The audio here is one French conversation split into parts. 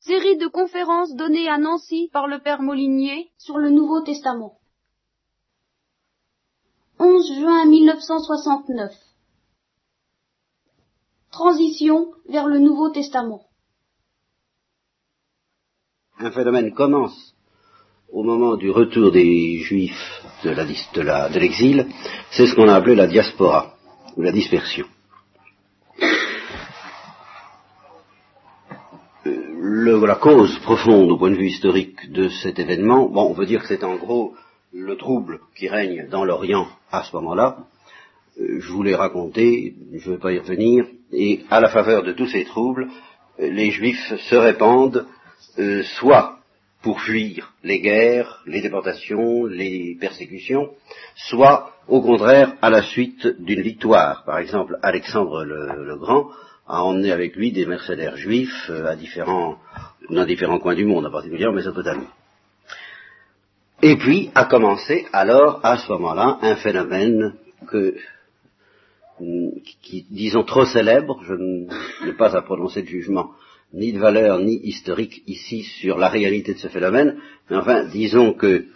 Série de conférences données à Nancy par le père Molinier sur le Nouveau Testament. 11 juin 1969. Transition vers le Nouveau Testament. Un phénomène commence au moment du retour des Juifs de l'exil, c'est ce qu'on a appelé la diaspora, ou la dispersion. La cause profonde au point de vue historique de cet événement, on veut dire que c'est en gros le trouble qui règne dans l'Orient à ce moment-là. Je vous l'ai raconté, je ne vais pas y revenir, et à la faveur de tous ces troubles, les Juifs se répandent, soit pour fuir les guerres, les déportations, les persécutions, soit au contraire à la suite d'une victoire. Par exemple, Alexandre le Grand a emmené avec lui des mercenaires juifs dans différents coins du monde, en particulier en Mésopotamie. Et puis a commencé alors, à ce moment-là, un phénomène qui, disons, trop célèbre, je n'ai pas à prononcer de jugement ni de valeur ni historique ici sur la réalité de ce phénomène, mais enfin, disons que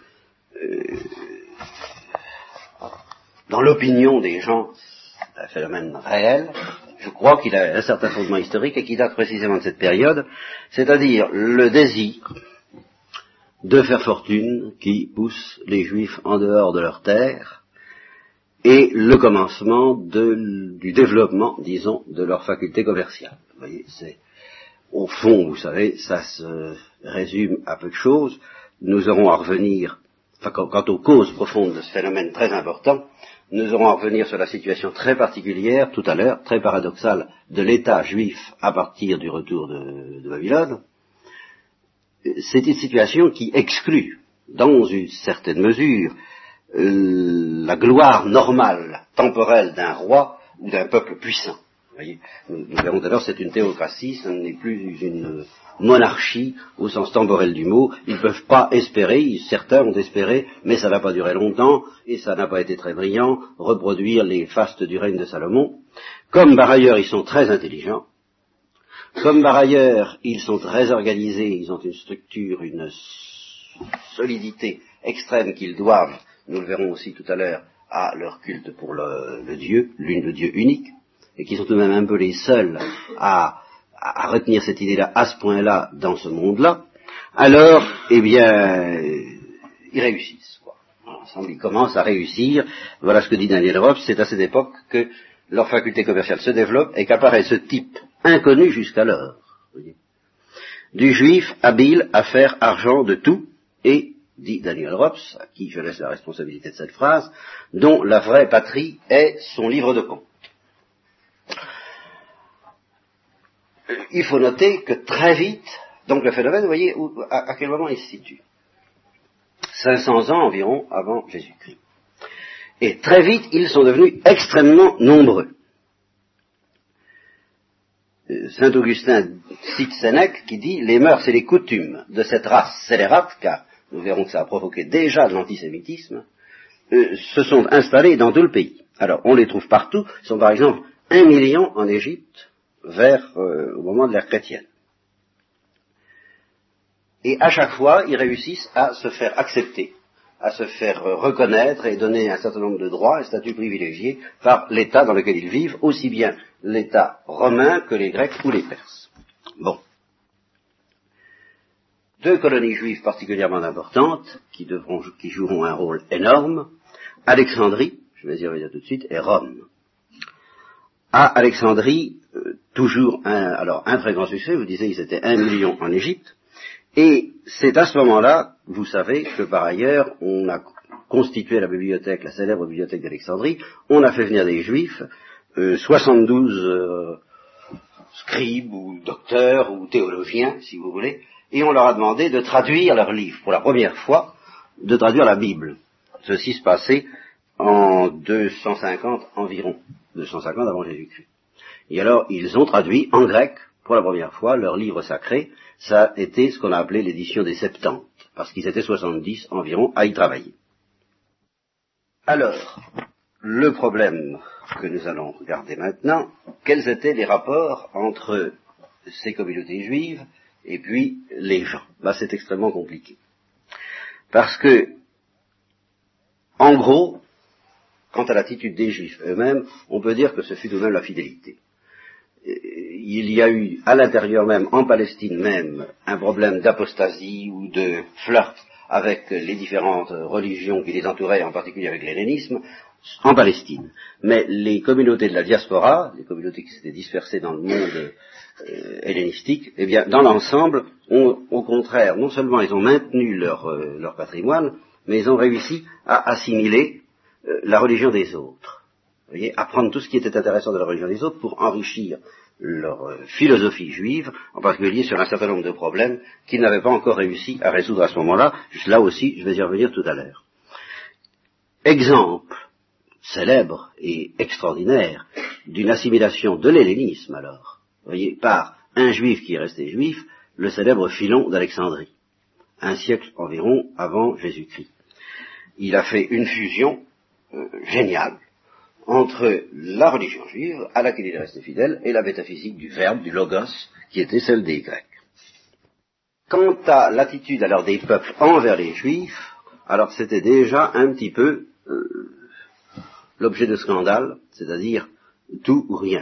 dans l'opinion des gens, c'est un phénomène réel. Je crois qu'il a un certain fondement historique et qui date précisément de cette période, c'est-à-dire le désir de faire fortune qui pousse les Juifs en dehors de leur terre et le commencement du développement, disons, de leur faculté commerciale. Vous voyez, c'est au fond, vous savez, ça se résume à peu de choses. Nous aurons à revenir, quant aux causes profondes de ce phénomène très important, nous aurons à revenir sur la situation très particulière, tout à l'heure, très paradoxale, de l'État juif à partir du retour de Babylone. C'est une situation qui exclut, dans une certaine mesure, la gloire normale, temporelle d'un roi ou d'un peuple puissant. Vous voyez, nous verrons tout à l'heure, c'est une théocratie, ce n'est plus une monarchie au sens temporel du mot. Ils ne peuvent pas espérer, certains ont espéré, mais ça n'a pas duré longtemps, et ça n'a pas été très brillant, reproduire les fastes du règne de Salomon. Comme par ailleurs ils sont très intelligents, comme par ailleurs ils sont très organisés, ils ont une structure, une solidité extrême qu'ils doivent, nous le verrons aussi tout à l'heure, à leur culte pour le Dieu, le Dieu unique, et qui sont tout de même un peu les seuls à retenir cette idée-là à ce point-là dans ce monde-là, alors, eh bien, ils réussissent, quoi. Ensemble, ils commencent à réussir. Voilà ce que dit Daniel Rops, c'est à cette époque que leur faculté commerciale se développe et qu'apparaît ce type inconnu jusqu'alors, du juif habile à faire argent de tout, et, dit Daniel Rops, à qui je laisse la responsabilité de cette phrase, dont la vraie patrie est son livre de comptes. Il faut noter que très vite, donc le phénomène, vous voyez, à quel moment il se situe 500 ans environ avant Jésus-Christ. Et très vite, ils sont devenus extrêmement nombreux. Saint Augustin cite Sénèque qui dit « Les mœurs et les coutumes de cette race scélérate, car nous verrons que ça a provoqué déjà de l'antisémitisme, se sont installées dans tout le pays. Alors, on les trouve partout, ils sont par exemple 1 million en Égypte, au moment de l'ère chrétienne. Et à chaque fois, ils réussissent à se faire accepter, à se faire reconnaître et donner un certain nombre de droits, un statut privilégié par l'État dans lequel ils vivent, aussi bien l'État romain que les Grecs ou les Perses. Bon. 2 colonies juives particulièrement importantes, qui joueront un rôle énorme, Alexandrie, je vais y revenir tout de suite, et Rome. À Alexandrie, toujours un très grand succès, vous disiez ils étaient 1 million en Égypte, et c'est à ce moment-là, vous savez, que par ailleurs, on a constitué la bibliothèque, la célèbre bibliothèque d'Alexandrie, on a fait venir des Juifs, 72 scribes ou docteurs ou théologiens, si vous voulez, et on leur a demandé de traduire leurs livres, pour la première fois, de traduire la Bible. Ceci se passait en 250 environ, 250 avant Jésus-Christ. Et alors, ils ont traduit en grec, pour la première fois, leur livre sacré. Ça a été ce qu'on a appelé l'édition des Septante, parce qu'ils étaient 70 environ à y travailler. Alors, le problème que nous allons regarder maintenant, quels étaient les rapports entre ces communautés juives et puis les gens. Là, c'est extrêmement compliqué. Parce que, en gros, quant à l'attitude des Juifs eux-mêmes, on peut dire que ce fut tout de même la fidélité. Il y a eu, à l'intérieur même, en Palestine même, un problème d'apostasie ou de flirt avec les différentes religions qui les entouraient, en particulier avec l'hellénisme, en Palestine. Mais les communautés de la diaspora, les communautés qui s'étaient dispersées dans le monde hellénistique, eh bien, dans l'ensemble, au contraire, non seulement ils ont maintenu leur patrimoine, mais ils ont réussi à assimiler la religion des autres. Vous voyez, apprendre tout ce qui était intéressant de la religion des autres pour enrichir leur philosophie juive, en particulier sur un certain nombre de problèmes qu'ils n'avaient pas encore réussi à résoudre à ce moment-là. Là aussi, je vais y revenir tout à l'heure. Exemple célèbre et extraordinaire d'une assimilation de l'hellénisme, alors, vous voyez, par un juif qui est resté juif, le célèbre Philon d'Alexandrie, un siècle environ avant Jésus-Christ. Il a fait une fusion géniale entre la religion juive, à laquelle il est resté fidèle, et la métaphysique du verbe, du logos, qui était celle des Grecs. Quant à l'attitude alors des peuples envers les Juifs, alors c'était déjà un petit peu l'objet de scandale, c'est-à-dire tout ou rien.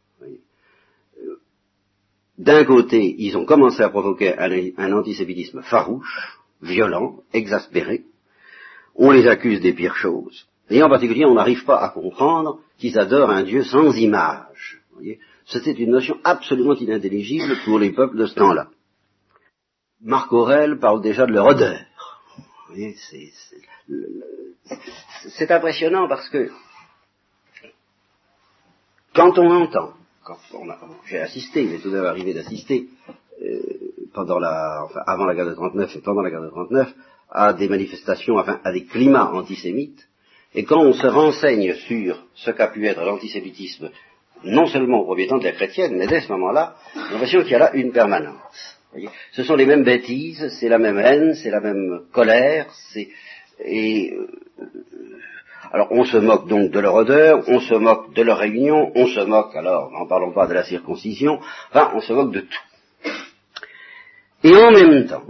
D'un côté, ils ont commencé à provoquer un antisémitisme farouche, violent, exaspéré. On les accuse des pires choses. Et en particulier, on n'arrive pas à comprendre qu'ils adorent un Dieu sans image. C'était une notion absolument inintelligible pour les peuples de ce temps-là. Marc Aurèle parle déjà de leur odeur. Vous voyez, c'est impressionnant parce que quand on entend, j'ai assisté, il m'est tout de même arrivé d'assister avant la guerre de 39 et pendant la guerre de 39 à des manifestations, à des climats antisémites, et quand on se renseigne sur ce qu'a pu être l'antisémitisme, non seulement au premier temps de la chrétienne, mais dès ce moment-là, on a l'impression qu'il y a là une permanence. Voyez, ce sont les mêmes bêtises, c'est la même haine, c'est la même colère, alors on se moque donc de leur odeur, on se moque de leur réunion, on se moque, alors n'en parlons pas de la circoncision, enfin on se moque de tout. Et en même temps,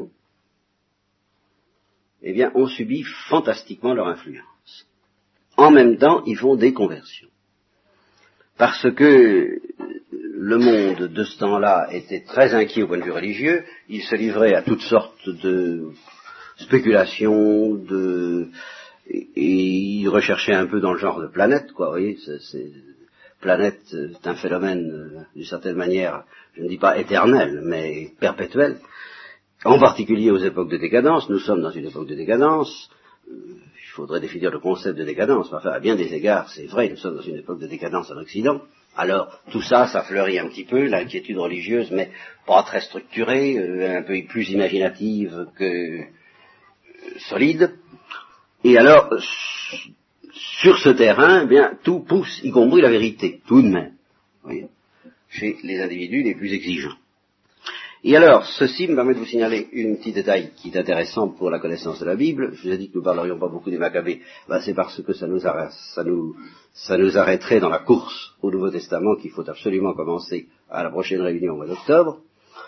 eh bien on subit fantastiquement leur influence. En même temps, ils font des conversions. Parce que le monde de ce temps-là était très inquiet au point de vue religieux, il se livrait à toutes sortes de spéculations, et il recherchait un peu dans le genre de planète, quoi, vous voyez, planète, c'est un phénomène, d'une certaine manière, je ne dis pas éternel, mais perpétuel, en particulier aux époques de décadence. Nous sommes dans une époque de décadence. Il faudrait définir le concept de décadence, enfin, à bien des égards, c'est vrai, nous sommes dans une époque de décadence en Occident. Alors, tout ça, ça fleurit un petit peu, l'inquiétude religieuse, mais pas très structurée, un peu plus imaginative que solide. Et alors, sur ce terrain, eh bien, tout pousse, y compris la vérité, tout de même, vous voyez, chez les individus les plus exigeants. Et alors, ceci me permet de vous signaler un petit détail qui est intéressant pour la connaissance de la Bible. Je vous ai dit que nous ne parlerions pas beaucoup des Maccabées. C'est parce que ça nous arrêterait dans la course au Nouveau Testament qu'il faut absolument commencer à la prochaine réunion au mois d'octobre.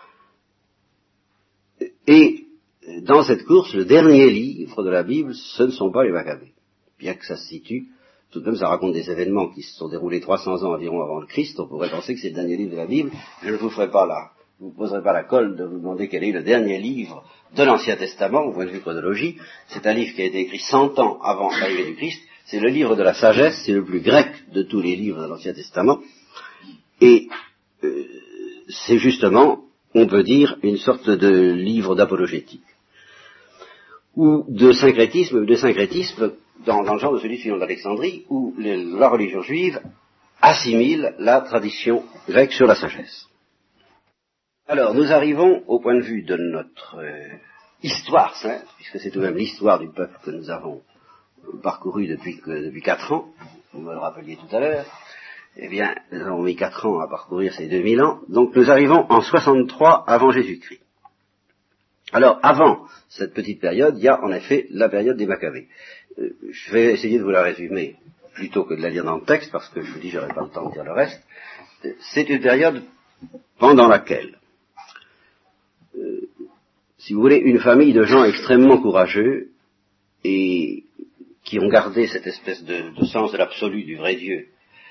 Et dans cette course, le dernier livre de la Bible, ce ne sont pas les Maccabées. Bien que ça se situe, tout de même ça raconte des événements qui se sont déroulés 300 ans environ avant le Christ. On pourrait penser que c'est le dernier livre de la Bible. Je ne vous ferai pas là. Je ne vous poserez pas la colle de vous demander quel est le dernier livre de l'Ancien Testament, au point de vue chronologie. C'est un livre qui a été écrit 100 ans avant l'arrivée du Christ. C'est le livre de la sagesse, c'est le plus grec de tous les livres de l'Ancien Testament. Et c'est justement, on peut dire, une sorte de livre d'apologétique. Ou de syncrétisme dans le genre de celui de Philon d'Alexandrie, où la religion juive assimile la tradition grecque sur la sagesse. Alors, nous arrivons au point de vue de notre histoire sainte, puisque c'est tout de même l'histoire du peuple que nous avons parcouru depuis 4 ans, vous me le rappeliez tout à l'heure. Eh bien, nous avons mis 4 ans à parcourir ces 2000 ans, donc nous arrivons en 63 avant Jésus-Christ. Alors, avant cette petite période, il y a en effet la période des Maccabées. Je vais essayer de vous la résumer plutôt que de la lire dans le texte, parce que je vous dis, j'aurai pas le temps de dire le reste. C'est une période pendant laquelle si vous voulez, une famille de gens extrêmement courageux et qui ont gardé cette espèce de sens de l'absolu, du vrai Dieu.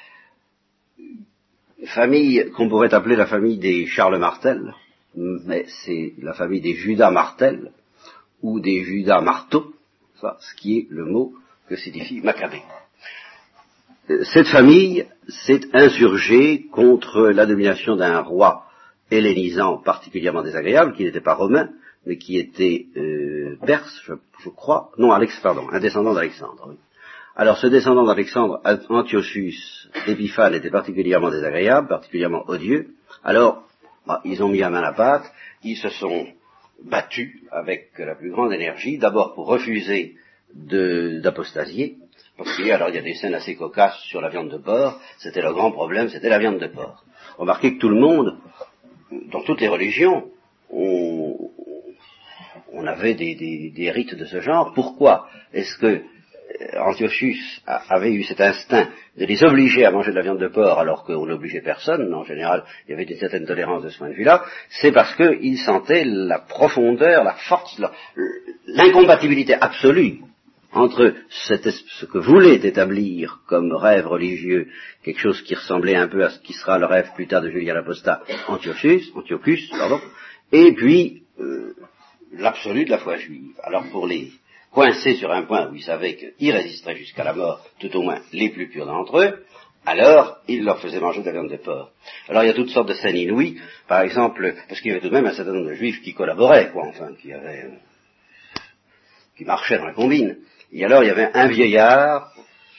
Une famille qu'on pourrait appeler la famille des Charles Martel, mais c'est la famille des Judas Martel, ou des Judas Marteau, ça, ce qui est le mot que signifie Maccabée. Cette famille s'est insurgée contre la domination d'un roi hellénisant particulièrement désagréable, qui n'était pas romain, mais qui était perse, je crois, non, un descendant d'Alexandre. Oui. Alors ce descendant d'Alexandre, Antiochus Épiphane, était particulièrement désagréable, particulièrement odieux. Alors, ils ont mis la main à la pâte, ils se sont battus avec la plus grande énergie, d'abord pour refuser d'apostasier, parce qu'il y a des scènes assez cocasses sur la viande de porc, c'était le grand problème, c'était la viande de porc. Remarquez que tout le monde, dans toutes les religions, on avait des rites de ce genre. Pourquoi est-ce que Antiochus avait eu cet instinct de les obliger à manger de la viande de porc alors qu'on n'obligeait personne? En général, il y avait une certaine tolérance de ce point de vue-là. C'est parce qu'il sentait la profondeur, la force, l'incompatibilité absolue entre ce que voulait établir comme rêve religieux, quelque chose qui ressemblait un peu à ce qui sera le rêve plus tard de Julien l'Apostat, Antiochus, et puis l'absolu de la foi juive. Alors pour les coincés sur un point où ils savaient qu'ils résisteraient jusqu'à la mort, tout au moins les plus purs d'entre eux, alors ils leur faisaient manger de la viande de porc. Alors il y a toutes sortes de scènes inouïes, par exemple, parce qu'il y avait tout de même un certain nombre de juifs qui collaboraient, qui marchaient dans la combine. Et alors il y avait un vieillard,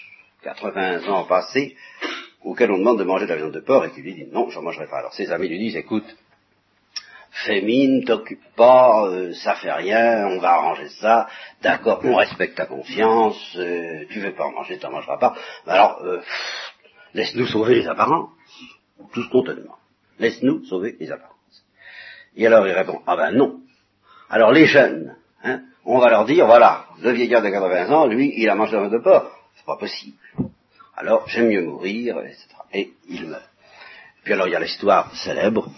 80 ans passés, auquel on demande de manger de la viande de porc, et qui lui dit non, j'en mangerai pas. Alors ses amis lui disent, écoute, fais mine, t'occupe pas, ça fait rien, on va arranger ça, d'accord, on respecte ta conscience, tu veux pas en manger, t'en mangeras pas. Alors, laisse-nous sauver les apparences, tout spontanément. Laisse-nous sauver les apparences. Et alors il répond, ah ben non. Alors les jeunes, on va leur dire, voilà, le vieillard de 80 ans, lui, il a mangé de la viande de porc, c'est pas possible. Alors, j'aime mieux mourir, etc. Et il meurt. Puis alors il y a l'histoire célèbre,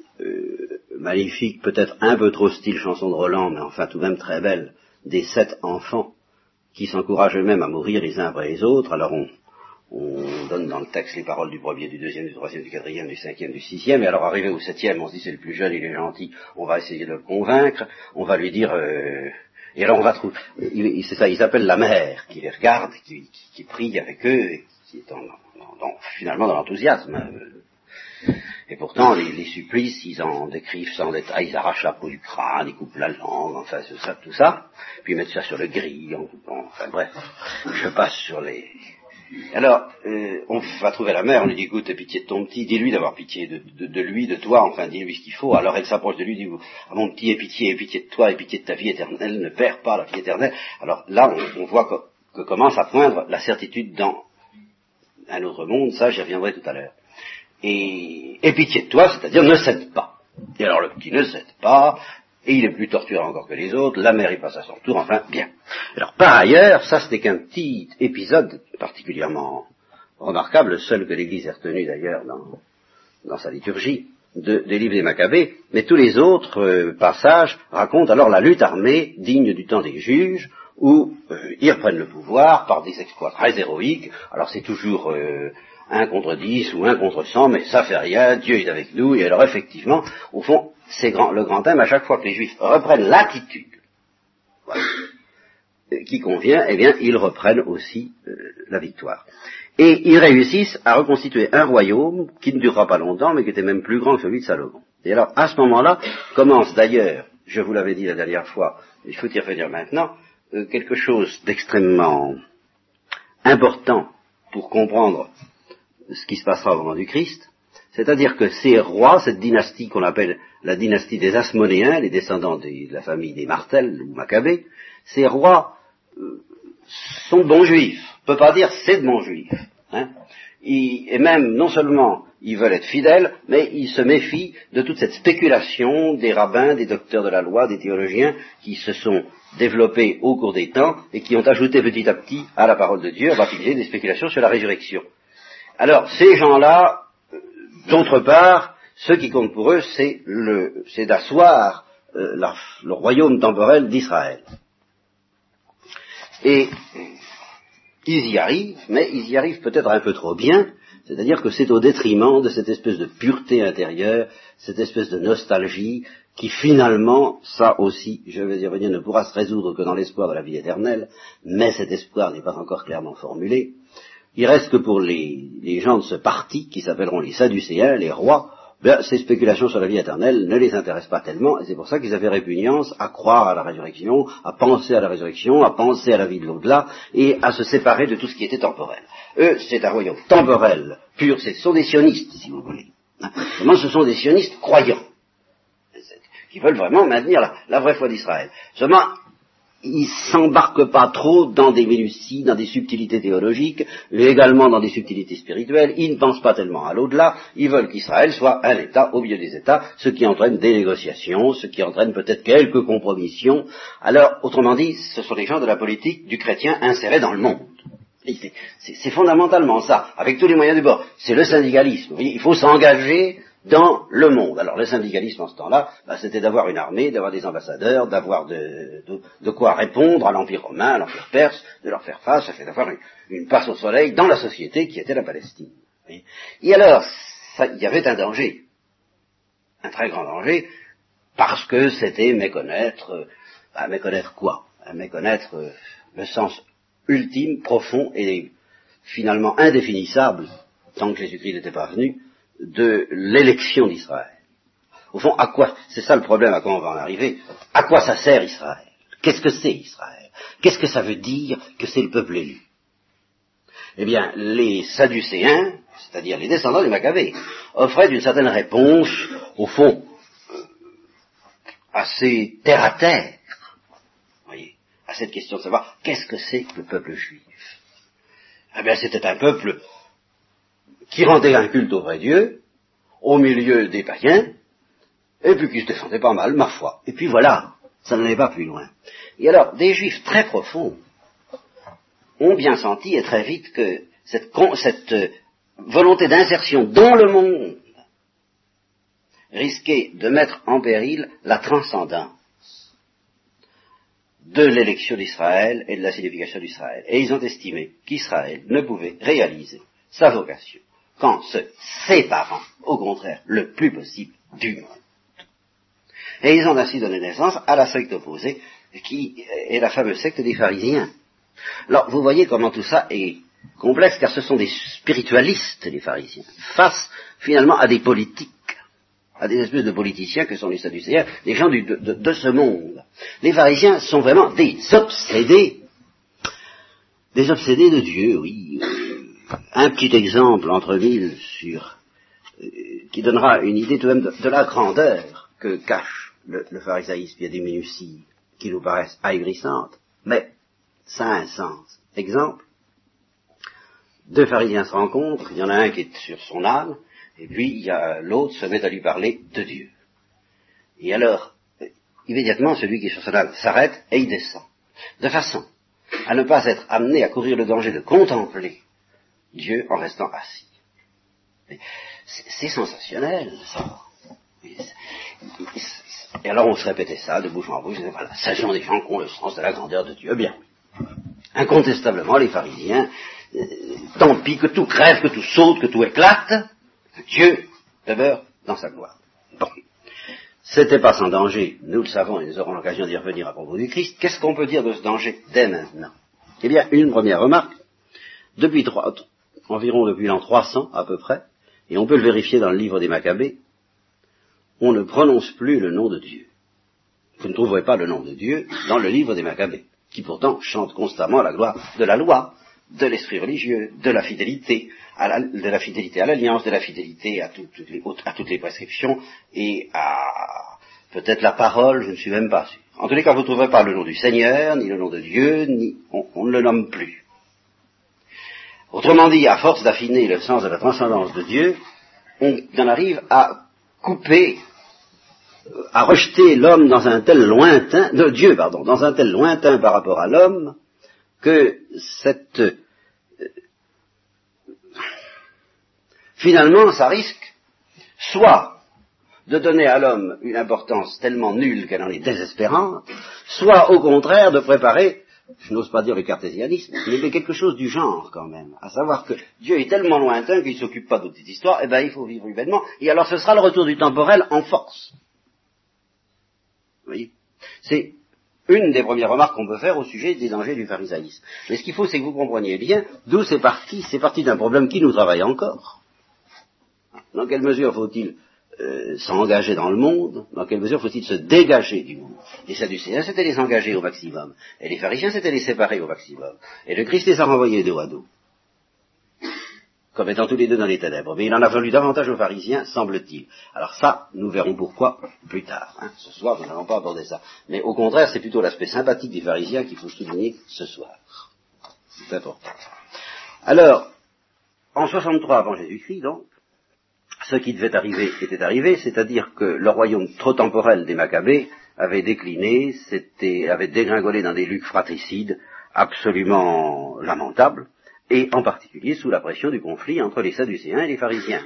magnifique, peut-être un peu trop style chanson de Roland, mais enfin tout de même très belle, des 7 enfants qui s'encouragent eux-mêmes à mourir les uns après les autres. Alors on donne dans le texte les paroles du premier, du deuxième, du troisième, du quatrième, du cinquième, du sixième, et alors arrivé au 7e, on se dit c'est le plus jeune, il est gentil, on va essayer de le convaincre, on va lui dire... et alors on va trouver... C'est ça, ils appellent la mère, qui les regarde, qui prie avec eux, et qui est finalement dans l'enthousiasme. Et pourtant, les supplices, ils en décrivent sans détail, ils arrachent la peau du crâne, ils coupent la langue, enfin, tout ça, puis ils mettent ça sur le gris, en coupant, enfin bref, je passe sur les... Alors, on va trouver la mère, on lui dit, écoute, pitié de ton petit, dis-lui d'avoir pitié de lui, de toi, enfin, dis-lui ce qu'il faut. Alors elle s'approche de lui, dit, ah, mon petit, aie pitié de toi, et pitié de ta vie éternelle, ne perds pas la vie éternelle. Alors là, on voit que commence à poindre la certitude dans un autre monde, ça j'y reviendrai tout à l'heure. Et pitié de toi, c'est-à-dire ne cède pas. Et alors le petit ne cède pas, et il est plus torturant encore que les autres, la mère y passe à son tour, enfin, bien. Alors par ailleurs, ça c'était qu'un petit épisode particulièrement remarquable, le seul que l'Église ait retenu d'ailleurs dans sa liturgie, des livres des Maccabées, mais tous les autres passages racontent alors la lutte armée digne du temps des juges, où ils reprennent le pouvoir par des exploits très héroïques. Alors c'est toujours 1 contre 10 ou 1 contre 100, mais ça fait rien, Dieu est avec nous, et alors effectivement, au fond, c'est le grand thème, à chaque fois que les Juifs reprennent l'attitude qui convient, eh bien, ils reprennent aussi la victoire. Et ils réussissent à reconstituer un royaume qui ne durera pas longtemps, mais qui était même plus grand que celui de Salomon. Et alors, à ce moment-là, commence d'ailleurs, je vous l'avais dit la dernière fois, il faut y revenir maintenant, quelque chose d'extrêmement important pour comprendre ce qui se passera au moment du Christ, c'est-à-dire que ces rois, cette dynastie qu'on appelle la dynastie des Asmonéens, les descendants de la famille des Martel ou Maccabées, ces rois sont de bons juifs. On ne peut pas dire c'est de bons juifs. Et même, non seulement ils veulent être fidèles, mais ils se méfient de toute cette spéculation des rabbins, des docteurs de la loi, des théologiens qui se sont développés au cours des temps et qui ont ajouté petit à petit à la parole de Dieu, en particulier des spéculations sur la résurrection. Alors, ces gens-là, d'autre part, ce qui compte pour eux, c'est d'asseoir le royaume temporel d'Israël. Et ils y arrivent, mais ils y arrivent peut-être un peu trop bien, c'est-à-dire que c'est au détriment de cette espèce de pureté intérieure, cette espèce de nostalgie, qui finalement, ça aussi, je vais y revenir, ne pourra se résoudre que dans l'espoir de la vie éternelle, mais cet espoir n'est pas encore clairement formulé. Il reste que pour les gens de ce parti, qui s'appelleront les Sadducéens, les rois, bien, ces spéculations sur la vie éternelle ne les intéressent pas tellement, et c'est pour ça qu'ils avaient répugnance à croire à la résurrection, à penser à la résurrection, à penser à la vie de l'au-delà, et à se séparer de tout ce qui était temporel. Eux, c'est un royaume temporel, pur, ce sont des sionistes, si vous voulez. Seulement, ce sont des sionistes croyants, qui veulent vraiment maintenir la vraie foi d'Israël. Seulement, ils s'embarquent pas trop dans des minuties, dans des subtilités théologiques, et également dans des subtilités spirituelles. Ils ne pensent pas tellement à l'au-delà. Ils veulent qu'Israël soit un État au milieu des États, ce qui entraîne des négociations, ce qui entraîne peut-être quelques compromissions. Alors, autrement dit, ce sont les gens de la politique du chrétien insérés dans le monde. C'est fondamentalement ça, avec tous les moyens du bord. C'est le syndicalisme. Vous voyez, il faut s'engager dans le monde. Alors le syndicalisme en ce temps-là, c'était d'avoir une armée, d'avoir des ambassadeurs, d'avoir de quoi répondre à l'Empire romain, à l'Empire perse, de leur faire face, ça fait d'avoir une passe au soleil dans la société qui était la Palestine. Et alors, il y avait un danger, un très grand danger, parce que c'était méconnaître, méconnaître quoi? Méconnaître le sens ultime, profond et finalement indéfinissable, tant que Jésus-Christ n'était pas venu, de l'élection d'Israël. Au fond, à quoi, c'est ça le problème, à quoi on va en arriver, à quoi ça sert Israël? Qu'est-ce que c'est Israël? Qu'est-ce que ça veut dire que c'est le peuple élu? Eh bien, les Sadducéens, c'est-à-dire les descendants des Maccabées, offraient une certaine réponse, au fond, assez terre à terre, voyez, à cette question de savoir qu'est-ce que c'est que le peuple juif. Eh bien, c'était un peuple qui rendait un culte au vrai Dieu, au milieu des païens, et puis qui se défendait pas mal, ma foi. Et puis voilà, ça n'allait pas plus loin. Et alors, des juifs très profonds ont bien senti, et très vite, que cette volonté d'insertion dans le monde risquait de mettre en péril la transcendance de l'élection d'Israël et de la signification d'Israël. Et ils ont estimé qu'Israël ne pouvait réaliser sa vocation qu'en se séparant, au contraire, le plus possible du monde. Et ils ont ainsi donné naissance à la secte opposée, qui est la fameuse secte des pharisiens. Alors, vous voyez comment tout ça est complexe, car ce sont des spiritualistes, les pharisiens, face finalement à des politiques, à des espèces de politiciens que sont les Sadducéens, les gens de ce monde. Les pharisiens sont vraiment des obsédés de Dieu, oui. Un petit exemple entre mille qui donnera une idée tout de même de la grandeur que cache le pharisaïsme. Il y a des minuties qui nous paraissent ahurrissantes, mais ça a un sens. Exemple, deux pharisiens se rencontrent, il y en a un qui est sur son âne, et puis il y a l'autre se met à lui parler de Dieu. Et alors, immédiatement, celui qui est sur son âne s'arrête et il descend, de façon à ne pas être amené à courir le danger de contempler Dieu en restant assis. C'est sensationnel, ça. Et alors on se répétait ça de bouche en bouche, voilà, ce sont des gens qui ont le sens de la grandeur de Dieu. Bien, incontestablement, les pharisiens, tant pis que tout crève, que tout saute, que tout éclate, Dieu demeure dans sa gloire. Bon, c'était pas sans danger, nous le savons et nous aurons l'occasion d'y revenir à propos du Christ. Qu'est-ce qu'on peut dire de ce danger dès maintenant? Eh bien, une première remarque, environ depuis l'an 300 à peu près, et on peut le vérifier dans le livre des Maccabées, on ne prononce plus le nom de Dieu. Vous ne trouverez pas le nom de Dieu dans le livre des Maccabées, qui pourtant chante constamment la gloire de la loi, de l'esprit religieux, de la fidélité, à l'alliance, de la fidélité à toutes les prescriptions, et à peut-être la parole, je ne suis même pas sûr. En tous les cas, vous ne trouverez pas le nom du Seigneur, ni le nom de Dieu, on ne le nomme plus. Autrement dit, à force d'affiner le sens de la transcendance de Dieu, on en arrive à couper, à rejeter l'homme dans un tel lointain, Dieu, dans un tel lointain par rapport à l'homme, que finalement, ça risque soit de donner à l'homme une importance tellement nulle qu'elle en est désespérante, soit au contraire de préparer, je n'ose pas dire le cartésianisme, mais quelque chose du genre quand même, à savoir que Dieu est tellement lointain qu'il ne s'occupe pas de petites histoires, et il faut vivre humainement, et alors ce sera le retour du temporel en force. Vous voyez, c'est une des premières remarques qu'on peut faire au sujet des dangers du pharisaïsme. Mais ce qu'il faut, c'est que vous compreniez bien d'où c'est parti d'un problème qui nous travaille encore. Dans quelle mesure faut-il s'engager dans le monde? Dans quelle mesure faut-il se dégager du monde? Les Sadducéens, c'était les engager au maximum. Et les pharisiens, c'était les séparer au maximum. Et le Christ les a renvoyés dos à dos, comme étant tous les deux dans les ténèbres. Mais il en a fallu davantage aux pharisiens, semble-t-il. Alors ça, nous verrons pourquoi plus tard. Ce soir, nous n'allons pas aborder ça. Mais au contraire, c'est plutôt l'aspect sympathique des pharisiens qu'il faut souligner ce soir. C'est important. Alors, en 63 avant Jésus-Christ, donc, ce qui devait arriver était arrivé, c'est-à-dire que le royaume trop temporel des Maccabées avait décliné, avait dégringolé dans des luttes fratricides absolument lamentables, et en particulier sous la pression du conflit entre les Sadducéens et les pharisiens.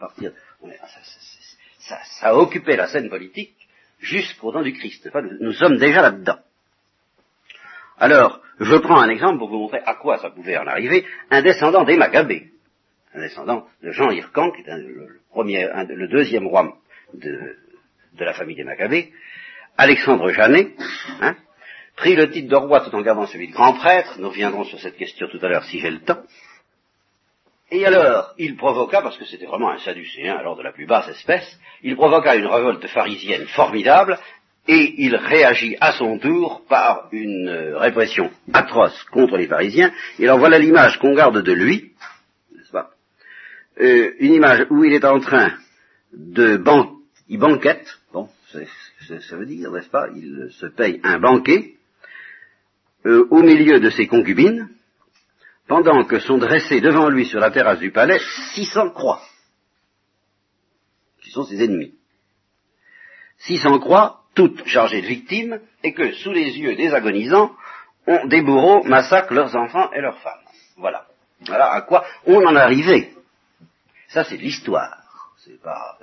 Ça a occupé la scène politique jusqu'au temps du Christ. Nous sommes déjà là-dedans. Alors, je prends un exemple pour vous montrer à quoi ça pouvait en arriver. Un descendant des Maccabées, un descendant de Jean Hircan, qui est le deuxième roi de la famille des Maccabées, Alexandre Janet, prit le titre de roi tout en gardant celui de grand prêtre. Nous reviendrons sur cette question tout à l'heure si j'ai le temps. Et alors, il provoqua, parce que c'était vraiment un sadducéen, alors de la plus basse espèce, il provoqua une révolte pharisienne formidable, et il réagit à son tour par une répression atroce contre les pharisiens. Et alors voilà l'image qu'on garde de lui, n'est-ce pas? Une image où il est en train il banquette, bon, ça veut dire, n'est-ce pas, il se paye un banquet, au milieu de ses concubines, pendant que sont dressées devant lui sur la terrasse du palais 600 croix, qui sont ses ennemis. 600 croix, toutes chargées de victimes, et que, sous les yeux des agonisants, des bourreaux massacrent leurs enfants et leurs femmes. Voilà. Voilà à quoi on en est arrivé. Ça, c'est de l'histoire. C'est pas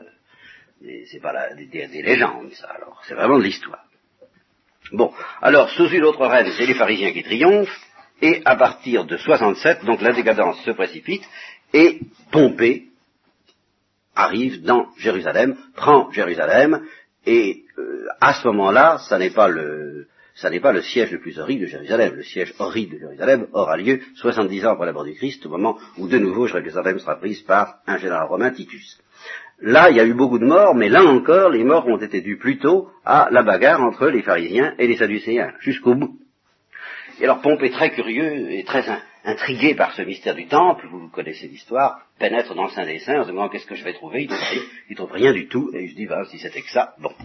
des légendes, ça, alors. C'est vraiment de l'histoire. Bon, alors, sous une autre reine, c'est les pharisiens qui triomphent, et à partir de 67, donc la décadence se précipite, et Pompée arrive dans Jérusalem, prend Jérusalem, et à ce moment-là, ça n'est pas le siège le plus horrible de Jérusalem. Le siège horrible de Jérusalem aura lieu 70 ans après la mort du Christ, au moment où de nouveau Jérusalem sera prise par un général romain, Titus. Là, il y a eu beaucoup de morts, mais là encore, les morts ont été dus plutôt à la bagarre entre les pharisiens et les sadducéens, jusqu'au bout. Et alors Pompée, très curieux et très intrigué par ce mystère du temple, vous connaissez l'histoire, pénètre dans le Saint des Saints en se demandant qu'est-ce que je vais trouver, il trouve rien du tout, et il se dit, si c'était que ça, bon.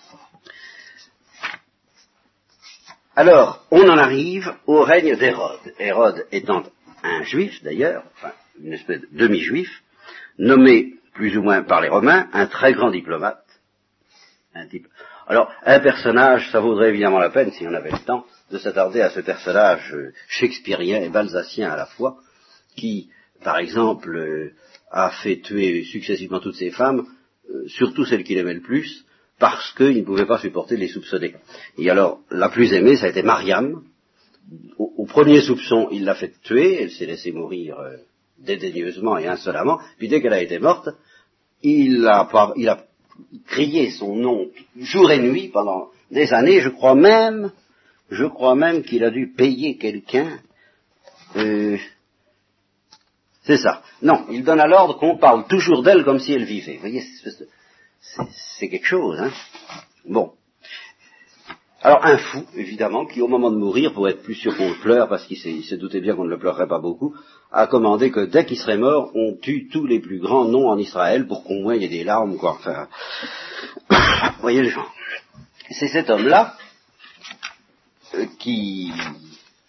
Alors, on en arrive au règne d'Hérode. Hérode étant un juif d'ailleurs, enfin une espèce de demi-juif, nommé plus ou moins par les Romains, un très grand diplomate. Alors, un personnage, ça vaudrait évidemment la peine, si on avait le temps, de s'attarder à ce personnage shakespearien et balzacien à la fois, qui, par exemple, a fait tuer successivement toutes ses femmes, surtout celles qu'il aimait le plus, parce qu'il ne pouvait pas supporter de les soupçonner. Et alors, la plus aimée, ça a été Mariam. Au premier soupçon, il l'a fait tuer, elle s'est laissée mourir dédaigneusement et insolemment, puis dès qu'elle a été morte, il a crié son nom jour et nuit pendant des années. Je crois même qu'il a dû payer quelqu'un. C'est ça. Non, il donne à l'ordre qu'on parle toujours d'elle comme si elle vivait. Vous voyez, c'est quelque chose, hein. Bon. Alors un fou, évidemment, qui au moment de mourir, pour être plus sûr qu'on le pleure, parce qu'il se doutait bien qu'on ne le pleurerait pas beaucoup, a commandé que dès qu'il serait mort, on tue tous les plus grands noms en Israël pour qu'au moins il y ait des larmes, quoi. Enfin, vous voyez le genre. C'est cet homme-là qui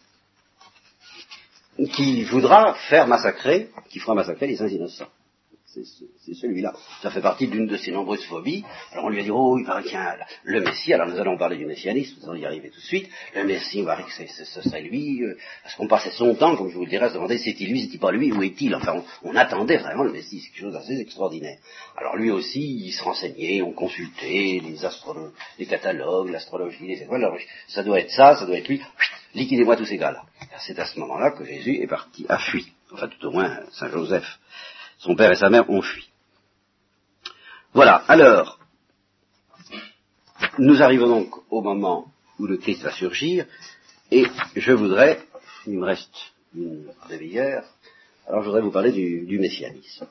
fera massacrer les saints innocents. c'est celui-là. Ça fait partie d'une de ses nombreuses phobies. Alors on lui a dit, oh, il paraît qu'il y a le Messie, alors nous allons parler du messianisme, nous allons y arriver tout de suite. Le Messie, il paraît que ce serait lui, parce qu'on passait son temps, comme je vous le dirais, à se demander, c'est-il lui, c'est-il pas lui, où est-il? Enfin, on attendait vraiment le Messie, c'est quelque chose d'assez extraordinaire. Alors lui aussi, il se renseignait, on consultait les catalogues, l'astrologie, les étoiles, alors, ça doit être ça doit être lui, liquidez-moi tous ces gars-là. C'est à ce moment-là que Jésus est parti, a fui. Enfin, tout au moins, Saint Joseph. Son père et sa mère ont fui. Voilà, alors, nous arrivons donc au moment où le Christ va surgir, et je voudrais, il me reste une demi-heure, alors je voudrais vous parler du messianisme.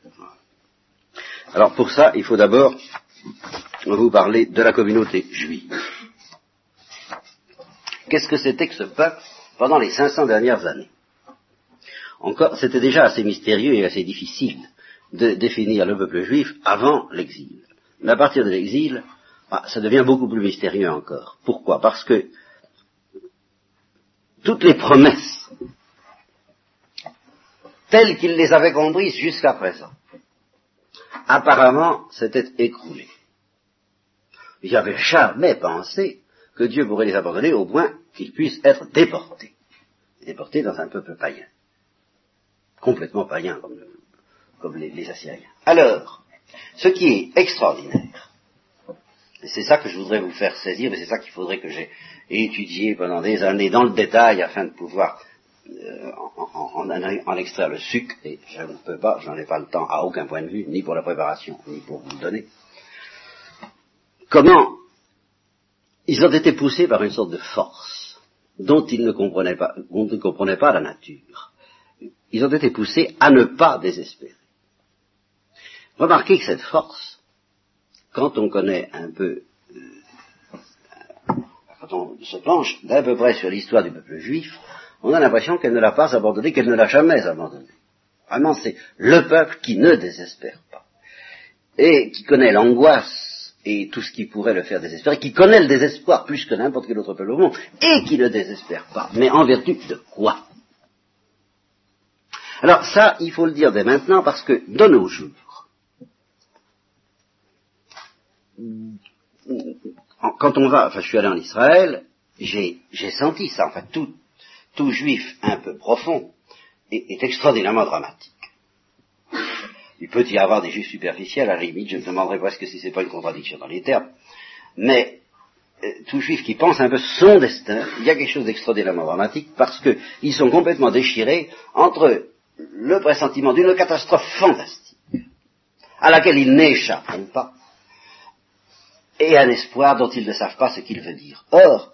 Alors pour ça, il faut d'abord vous parler de la communauté juive. Qu'est-ce que c'était que ce peuple pendant les 500 dernières années? Encore, c'était déjà assez mystérieux et assez difficile de définir le peuple juif avant l'exil. Mais à partir de l'exil, ça devient beaucoup plus mystérieux encore. Pourquoi? Parce que toutes les promesses, telles qu'il les avait comprises jusqu'à présent, apparemment s'étaient écroulées. Il n'avait jamais pensé que Dieu pourrait les abandonner au point qu'ils puissent être déportés. Déportés dans un peuple païen. Complètement païen, comme les Assyriens. Alors, ce qui est extraordinaire, et c'est ça que je voudrais vous faire saisir, mais c'est ça qu'il faudrait que j'ai étudié pendant des années dans le détail afin de pouvoir en extraire le sucre, et je ne peux pas, je n'en ai pas le temps à aucun point de vue, ni pour la préparation, ni pour vous le donner. Comment ils ont été poussés par une sorte de force dont ils ne comprenaient pas la nature. Ils ont été poussés à ne pas désespérer. Remarquez que cette force, quand on connaît un peu, quand on se penche d'à peu près sur l'histoire du peuple juif, on a l'impression qu'elle ne l'a pas abandonné, qu'elle ne l'a jamais abandonné. Vraiment, c'est le peuple qui ne désespère pas, et qui connaît l'angoisse et tout ce qui pourrait le faire désespérer, qui connaît le désespoir plus que n'importe quel autre peuple au monde, et qui ne désespère pas. Mais en vertu de quoi? Alors ça, il faut le dire dès maintenant, parce que de nos jours, quand on va, enfin je suis allé en Israël, j'ai senti ça, enfin tout juif un peu profond est extraordinairement dramatique. Il peut y avoir des juifs superficiels, à la limite, je me demanderais presque si c'est pas une contradiction dans les termes, mais tout juif qui pense un peu son destin, il y a quelque chose d'extraordinairement dramatique, parce qu'ils sont complètement déchirés entre le pressentiment d'une catastrophe fantastique, à laquelle ils n'échapperont pas, et un espoir dont ils ne savent pas ce qu'il veut dire. Or,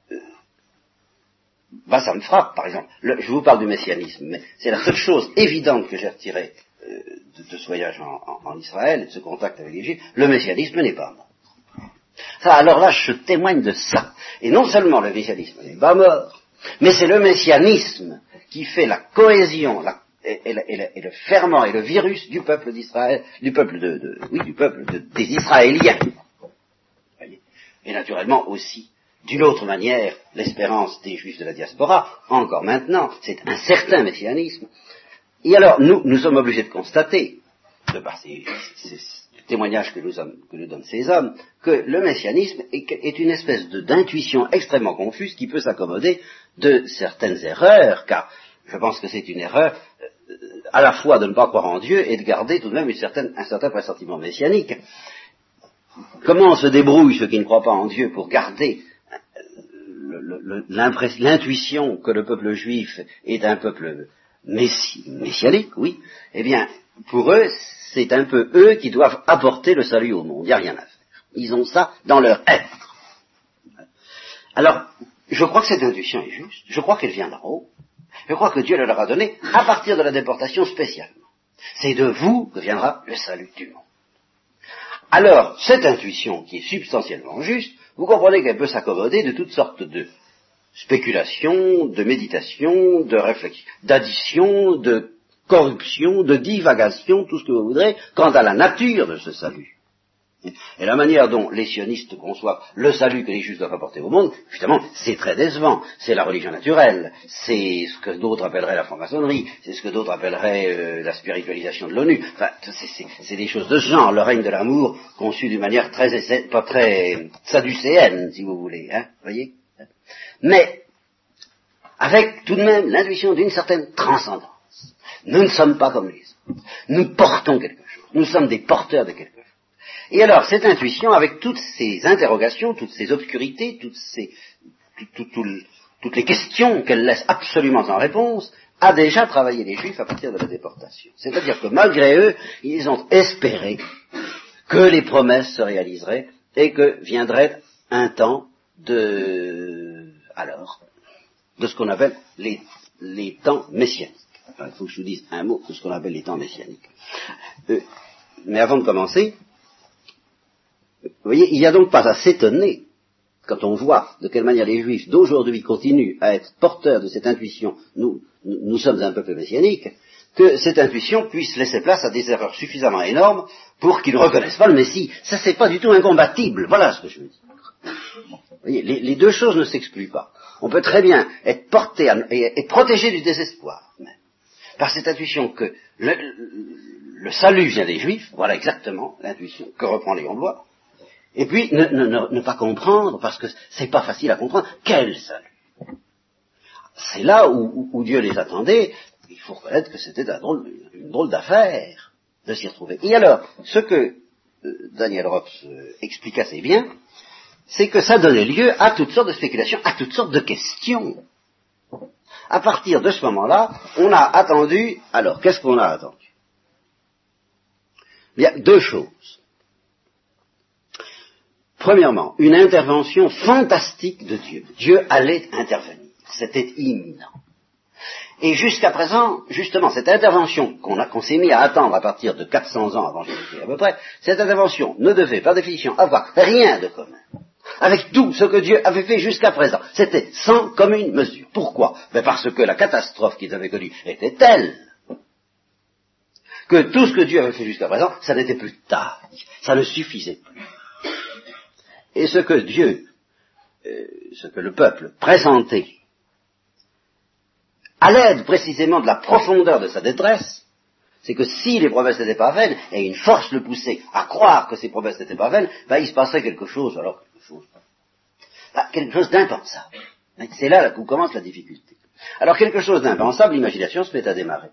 ça me frappe, par exemple. Je vous parle du messianisme, mais c'est la seule chose évidente que j'ai retirée de ce voyage en Israël et de ce contact avec les Juifs. Le messianisme n'est pas mort. Ça, alors là, je témoigne de ça. Et non seulement le messianisme n'est pas mort, mais c'est le messianisme qui fait la cohésion, et le ferment et le virus du peuple d'Israël, du peuple des Israéliens. Et naturellement aussi, d'une autre manière, l'espérance des Juifs de la diaspora, encore maintenant, c'est un certain messianisme. Et alors, nous sommes obligés de constater, de par ces témoignages que nous donnent ces hommes, que le messianisme est une espèce d'intuition extrêmement confuse qui peut s'accommoder de certaines erreurs, car je pense que c'est une erreur à la fois de ne pas croire en Dieu et de garder tout de même un certain pressentiment messianique. Comment on se débrouille, ceux qui ne croient pas en Dieu, pour garder l'intuition que le peuple juif est un peuple messianique, oui, eh bien, pour eux, c'est un peu eux qui doivent apporter le salut au monde. Il n'y a rien à faire. Ils ont ça dans leur être. Alors, je crois que cette intuition est juste. Je crois qu'elle vient d'en haut. Je crois que Dieu le leur a donné à partir de la déportation spécialement. C'est de vous que viendra le salut du monde. Alors, cette intuition qui est substantiellement juste, vous comprenez qu'elle peut s'accommoder de toutes sortes de spéculations, de méditations, de réflexions, d'additions, de corruption, de divagation, tout ce que vous voudrez, quant à la nature de ce salut. Et la manière dont les sionistes conçoivent le salut que les Juifs doivent apporter au monde, évidemment, c'est très décevant. C'est la religion naturelle, c'est ce que d'autres appelleraient la franc-maçonnerie, c'est ce que d'autres appelleraient la spiritualisation de l'ONU. Enfin, c'est des choses de ce genre, le règne de l'amour conçu d'une manière pas très sadducéenne, si vous voulez, hein, voyez. Mais avec tout de même l'intuition d'une certaine transcendance. Nous ne sommes pas comme les autres. Nous portons quelque chose. Nous sommes des porteurs de quelque chose. Et alors, cette intuition, avec toutes ces interrogations, toutes ces obscurités, toutes les questions qu'elle laisse absolument sans réponse, a déjà travaillé les Juifs à partir de la déportation. C'est-à-dire que malgré eux, ils ont espéré que les promesses se réaliseraient et que viendrait un temps de ce qu'on appelle les temps messianiques. Alors, il faut que je vous dise un mot de ce qu'on appelle les temps messianiques. Mais avant de commencer, vous voyez, il n'y a donc pas à s'étonner, quand on voit de quelle manière les Juifs d'aujourd'hui continuent à être porteurs de cette intuition, nous sommes un peuple messianique, que cette intuition puisse laisser place à des erreurs suffisamment énormes pour qu'ils ne reconnaissent pas le Messie. Ça, c'est pas du tout incompatible. Voilà ce que je veux dire. Vous voyez, les deux choses ne s'excluent pas. On peut très bien être porté et protégé du désespoir, même, par cette intuition que le salut vient des Juifs, voilà exactement l'intuition que reprend Léon Bloy, et puis ne pas comprendre, parce que c'est pas facile à comprendre, quel salut. C'est là où Dieu les attendait. Il faut reconnaître que c'était une drôle d'affaire de s'y retrouver. Et alors, ce que Daniel Rops explique assez bien, c'est que ça donnait lieu à toutes sortes de spéculations, à toutes sortes de questions. À partir de ce moment-là, on a attendu, alors qu'est-ce qu'on a attendu? Il y a deux choses. Premièrement, une intervention fantastique de Dieu. Dieu allait intervenir. C'était imminent. Et jusqu'à présent, justement, cette intervention qu'on s'est mis à attendre à partir de 400 ans avant Jésus-Christ à peu près, cette intervention ne devait, par définition, avoir rien de commun avec tout ce que Dieu avait fait jusqu'à présent. C'était sans commune mesure. Pourquoi? Parce que la catastrophe qu'ils avaient connue était telle que tout ce que Dieu avait fait jusqu'à présent, ça n'était plus de taille, ça ne suffisait plus. Et ce que le peuple présentait, à l'aide précisément de la profondeur de sa détresse, c'est que si les promesses n'étaient pas vaines, et une force le poussait à croire que ces promesses n'étaient pas vaines, il se passerait quelque chose d'impensable. C'est là où commence la difficulté. Alors quelque chose d'impensable, l'imagination se met à démarrer.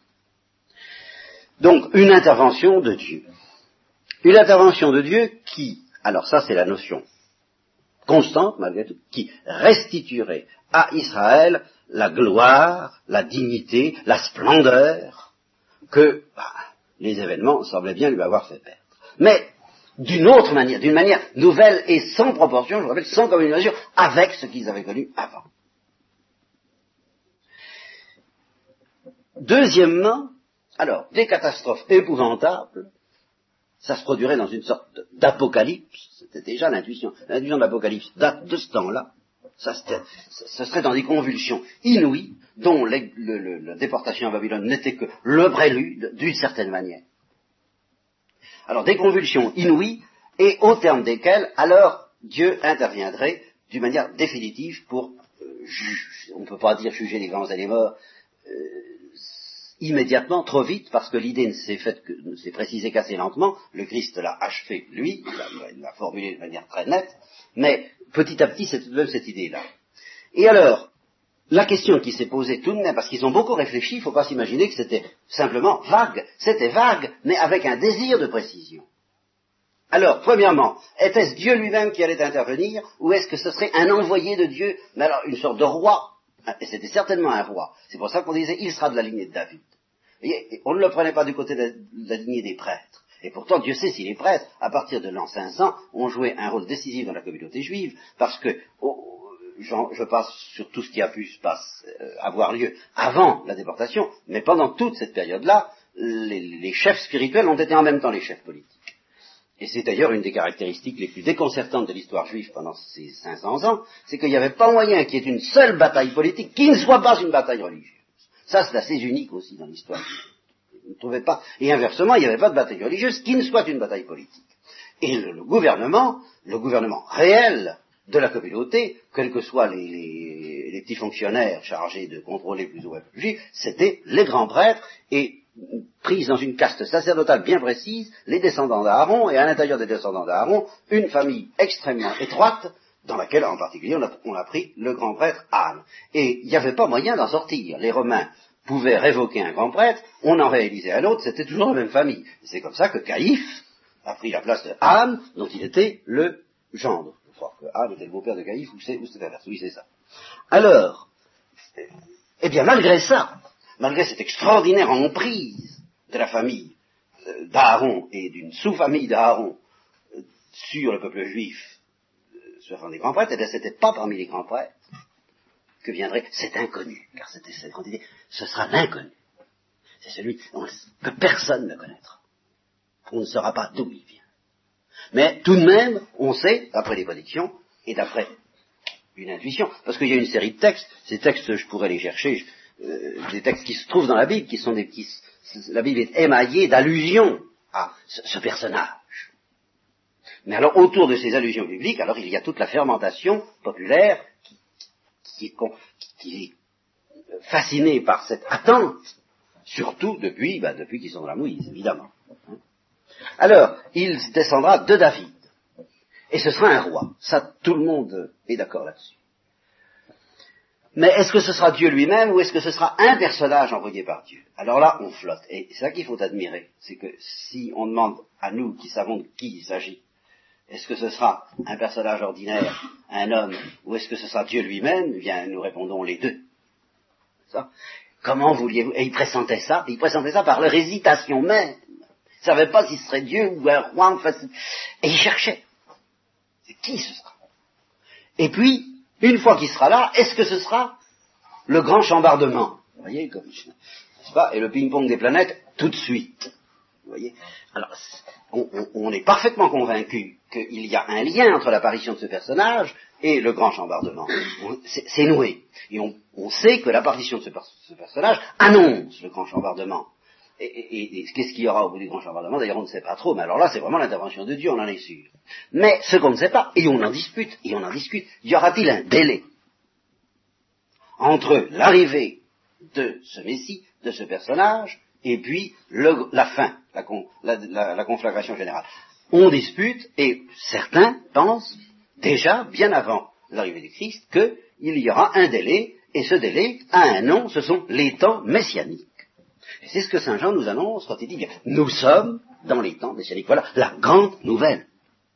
Donc une intervention de Dieu. Une intervention de Dieu qui, alors ça c'est la notion constante malgré tout, qui restituerait à Israël la gloire, la dignité, la splendeur que les événements semblaient bien lui avoir fait perdre. Mais d'une autre manière, d'une manière nouvelle et sans proportion, je vous rappelle, sans commune mesure, avec ce qu'ils avaient connu avant. Deuxièmement, alors, des catastrophes épouvantables, ça se produirait dans une sorte d'apocalypse, c'était déjà l'intuition. L'intuition de l'apocalypse date de ce temps-là. Ça serait dans des convulsions inouïes, dont la déportation à Babylone n'était que le prélude, d'une certaine manière. Alors, des convulsions inouïes, et au terme desquelles, alors, Dieu interviendrait d'une manière définitive pour, on ne peut pas dire juger les vivants et les morts, immédiatement, trop vite, parce que l'idée ne s'est précisée qu'assez lentement. Le Christ l'a achevé, lui, il l'a formulé de manière très nette, mais petit à petit, c'est tout de même cette idée-là. Et alors, la question qui s'est posée tout de même, parce qu'ils ont beaucoup réfléchi, il ne faut pas s'imaginer que c'était simplement vague. C'était vague, mais avec un désir de précision. Alors, premièrement, était-ce Dieu lui-même qui allait intervenir, ou est-ce que ce serait un envoyé de Dieu, mais alors une sorte de roi? Et c'était certainement un roi. C'est pour ça qu'on disait, il sera de la lignée de David. Et on ne le prenait pas du côté de la lignée des prêtres. Et pourtant, Dieu sait si les prêtres, à partir de l'an 500, ont joué un rôle décisif dans la communauté juive, parce que, je passe sur tout ce qui a pu avoir lieu avant la déportation, mais pendant toute cette période-là, les chefs spirituels ont été en même temps les chefs politiques. Et c'est d'ailleurs une des caractéristiques les plus déconcertantes de l'histoire juive pendant ces 500 ans, c'est qu'il n'y avait pas moyen qu'il y ait une seule bataille politique qui ne soit pas une bataille religieuse. Ça, c'est assez unique aussi dans l'histoire juive. Vous ne trouvez pas. Et inversement, il n'y avait pas de bataille religieuse qui ne soit une bataille politique. Et le gouvernement réel de la communauté, quels que soient les petits fonctionnaires chargés de contrôler plus ou moins le juif, c'était les grands prêtres, et prise dans une caste sacerdotale bien précise, les descendants d'Aaron, et à l'intérieur des descendants d'Aaron, une famille extrêmement étroite, dans laquelle en particulier on a pris le grand prêtre Anne. Et il n'y avait pas moyen d'en sortir. Les Romains pouvaient révoquer un grand prêtre, on en réalisait un autre, c'était toujours la même famille. C'est comme ça que Caïphe a pris la place de Anne, dont il était le gendre. Je crois que Anne était le beau-père de Caïphe, ou c'est l'inverse, oui c'est ça. Alors, eh bien malgré ça, malgré cette extraordinaire emprise de la famille d'Aaron et d'une sous-famille d'Aaron sur le peuple juif, sur les grands prêtres, eh bien c'était pas parmi les grands prêtres que viendrait cet inconnu, car c'était cette grande idée, ce sera l'inconnu. C'est celui que personne ne connaîtra. On ne saura pas d'où il vient. Mais tout de même, on sait, d'après les prédictions, et d'après une intuition, parce qu'il y a une série de textes, ces textes, je pourrais les chercher, des textes qui se trouvent dans la Bible, qui sont la Bible est émaillée d'allusions à ce personnage. Mais alors, autour de ces allusions bibliques, alors il y a toute la fermentation populaire qui est fascinée par cette attente, surtout depuis qu'ils sont dans la mouise, évidemment. Alors, il descendra de David, et ce sera un roi. Ça, tout le monde est d'accord là-dessus. Mais est-ce que ce sera Dieu lui-même, ou est-ce que ce sera un personnage envoyé par Dieu? Alors là, on flotte. Et c'est ça qu'il faut admirer. C'est que si on demande à nous, qui savons de qui il s'agit, est-ce que ce sera un personnage ordinaire, un homme, ou est-ce que ce sera Dieu lui-même? Eh bien, nous répondons les deux. Ça. Comment vouliez-vous? Et ils pressentaient ça par leur hésitation même. Ils ne savaient pas si ce serait Dieu ou un roi en face. Et ils cherchaient. C'est qui ce sera? Et puis, une fois qu'il sera là, est-ce que ce sera le grand chambardement? Vous voyez, comme, n'est-ce pas? Et le ping-pong des planètes, tout de suite. Vous voyez? Alors, on est parfaitement convaincu qu'il y a un lien entre l'apparition de ce personnage et le grand chambardement. C'est noué. Et on sait que l'apparition de ce personnage annonce le grand chambardement. Et qu'est-ce qu'il y aura au bout du grand chambardement? D'ailleurs, on ne sait pas trop, mais alors là, c'est vraiment l'intervention de Dieu, on en est sûr. Mais ce qu'on ne sait pas, et on en discute, y aura-t-il un délai entre l'arrivée de ce Messie, de ce personnage, et puis la fin, la conflagration générale? On dispute, et certains pensent, déjà, bien avant l'arrivée du Christ, qu'il y aura un délai, et ce délai a un nom, ce sont les temps messianiques. Et c'est ce que Saint Jean nous annonce quand il dit, nous sommes dans les temps messianiques. Voilà la grande nouvelle.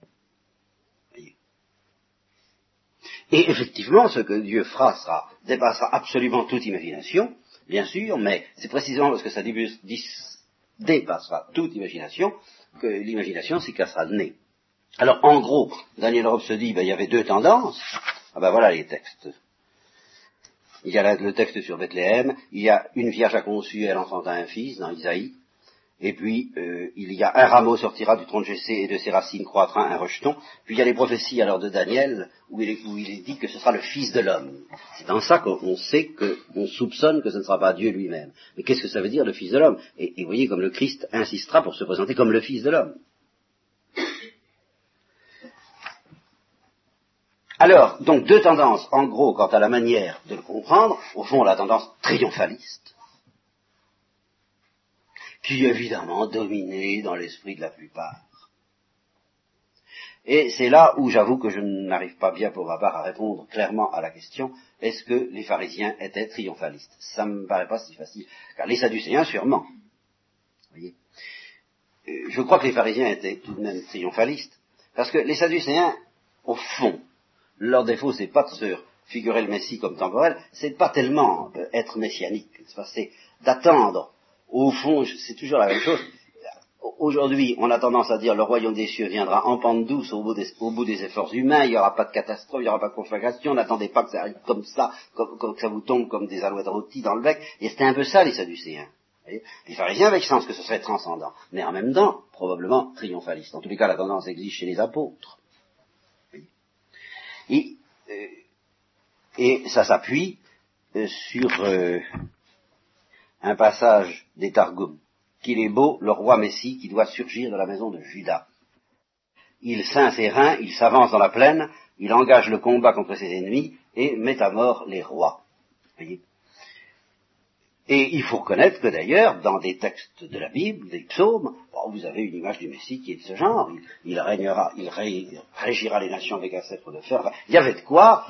Et effectivement, ce que Dieu fera dépassera absolument toute imagination, bien sûr, mais c'est précisément parce que ça dépassera toute imagination que l'imagination s'y cassera le nez. Alors, en gros, Daniel Rob se dit, il y avait deux tendances. Voilà les textes. Il y a le texte sur Bethléem, il y a une vierge a conçu, elle enfanta un fils, dans Isaïe, et puis il y a un rameau sortira du tronc de Jessé et de ses racines croîtra un rejeton, puis il y a les prophéties alors de Daniel, où il est dit que ce sera le fils de l'homme. C'est dans ça qu'on sait, qu'on soupçonne que ce ne sera pas Dieu lui-même. Mais qu'est-ce que ça veut dire, le fils de l'homme? Et vous voyez comme le Christ insistera pour se présenter comme le fils de l'homme. Alors, donc deux tendances, en gros, quant à la manière de le comprendre, au fond la tendance triomphaliste, qui évidemment dominait dans l'esprit de la plupart. Et c'est là où j'avoue que je n'arrive pas bien pour ma part à répondre clairement à la question, est-ce que les pharisiens étaient triomphalistes? Ça me paraît pas si facile, car les sadducéens sûrement. Vous voyez, je crois que les pharisiens étaient tout de même triomphalistes, parce que les sadducéens, au fond, leur défaut, c'est pas de se figurer le Messie comme temporel, c'est pas tellement être messianique, c'est d'attendre. Au fond, c'est toujours la même chose. Aujourd'hui, on a tendance à dire le royaume des cieux viendra en pente douce au bout des efforts humains, il n'y aura pas de catastrophe, il n'y aura pas de conflagration, n'attendez pas que ça arrive comme ça, que ça vous tombe comme des alouettes rôties dans le bec. Et c'était un peu ça, les sadducéens. Les pharisiens avaient le sens que ce serait transcendant, mais en même temps, probablement triomphaliste. En tous les cas, la tendance existe chez les apôtres. Et ça s'appuie sur un passage des Targum, qu'il est beau, le roi Messie qui doit surgir de la maison de Juda. il ceint ses reins, il s'avance dans la plaine, il engage le combat contre ses ennemis et met à mort les rois. Voyez. Et il faut reconnaître que d'ailleurs, dans des textes de la Bible, des psaumes, vous avez une image du Messie qui est de ce genre. Il régira les nations avec un sceptre de fer. Enfin, il y avait de quoi,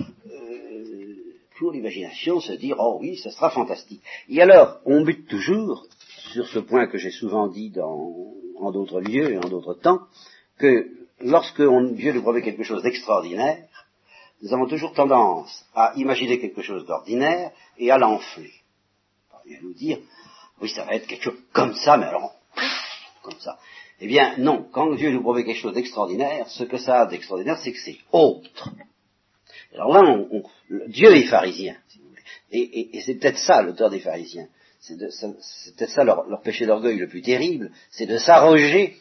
pour l'imagination, se dire, oh oui, ce sera fantastique. Et alors, on bute toujours sur ce point que j'ai souvent dit en d'autres lieux et en d'autres temps, que lorsque Dieu nous promet quelque chose d'extraordinaire, nous avons toujours tendance à imaginer quelque chose d'ordinaire et à l'enfler. Il va nous dire, oui, ça va être quelque chose comme ça, mais alors, comme ça. Eh bien, non, quand Dieu nous promet quelque chose d'extraordinaire, ce que ça a d'extraordinaire, c'est que c'est autre. Alors là, Dieu est pharisien, si vous voulez. Et c'est peut-être ça, l'auteur des pharisiens. C'est peut-être ça leur péché d'orgueil le plus terrible, c'est de s'arroger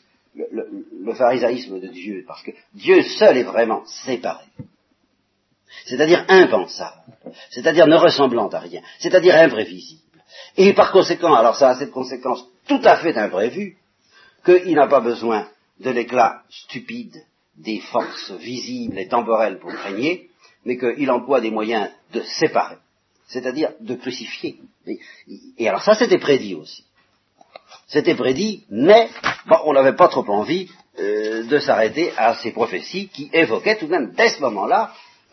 le pharisaïsme de Dieu, parce que Dieu seul est vraiment séparé. C'est-à-dire impensable, c'est-à-dire ne ressemblant à rien, c'est-à-dire imprévisible. Et par conséquent, alors ça a cette conséquence tout à fait imprévue, qu'il n'a pas besoin de l'éclat stupide des forces visibles et temporelles pour régner, mais qu'il emploie des moyens de séparer, c'est-à-dire de crucifier. Et alors ça, c'était prédit aussi. C'était prédit, mais on n'avait pas trop envie de s'arrêter à ces prophéties qui évoquaient tout de même, dès ce moment-là,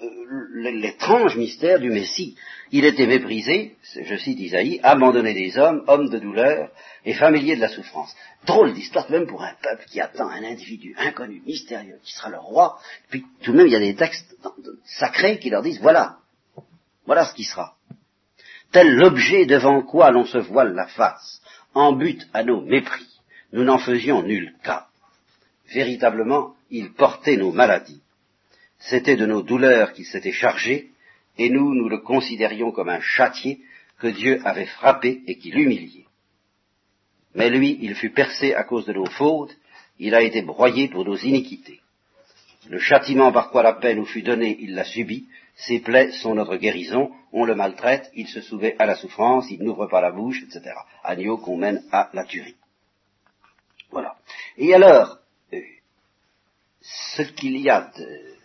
l'étrange mystère du Messie. Il était méprisé, je cite Isaïe, abandonné des hommes, homme de douleur et familier de la souffrance. Drôle d'histoire, même pour un peuple qui attend un individu inconnu, mystérieux, qui sera le roi. Puis tout de même, il y a des textes sacrés qui leur disent, voilà ce qui sera. Tel l'objet devant quoi l'on se voile la face, en but à nos mépris, nous n'en faisions nul cas. Véritablement, il portait nos maladies. C'était de nos douleurs qu'il s'était chargé, et nous le considérions comme un châtié que Dieu avait frappé et qui l'humiliait. Mais lui, il fut percé à cause de nos fautes, il a été broyé pour nos iniquités. Le châtiment par quoi la paix nous fut donnée, il l'a subi, ses plaies sont notre guérison, on le maltraite, il se soumet à la souffrance, il n'ouvre pas la bouche, etc. Agneau qu'on mène à la tuerie. Voilà. Et alors, ce qu'il y a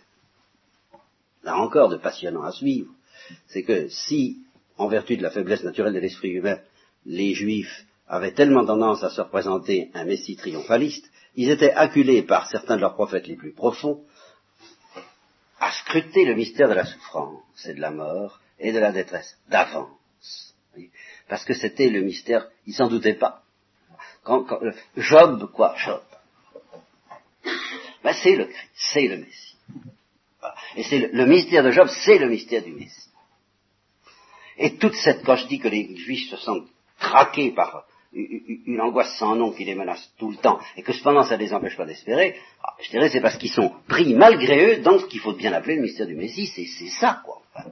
là encore de passionnant à suivre, c'est que si, en vertu de la faiblesse naturelle de l'esprit humain, les Juifs avaient tellement tendance à se représenter un Messie triomphaliste, ils étaient acculés par certains de leurs prophètes les plus profonds à scruter le mystère de la souffrance et de la mort et de la détresse d'avance. Parce que c'était le mystère, ils s'en doutaient pas. Job, ben c'est le Christ, c'est le Messie. Voilà. Et c'est le mystère de Job, c'est le mystère du Messie. Et toute cette, quand je dis que les Juifs se sentent traqués par une angoisse sans nom qui les menace tout le temps, et que cependant ça ne les empêche pas d'espérer, je dirais c'est parce qu'ils sont pris malgré eux dans ce qu'il faut bien appeler le mystère du Messie, c'est ça, quoi. Enfin.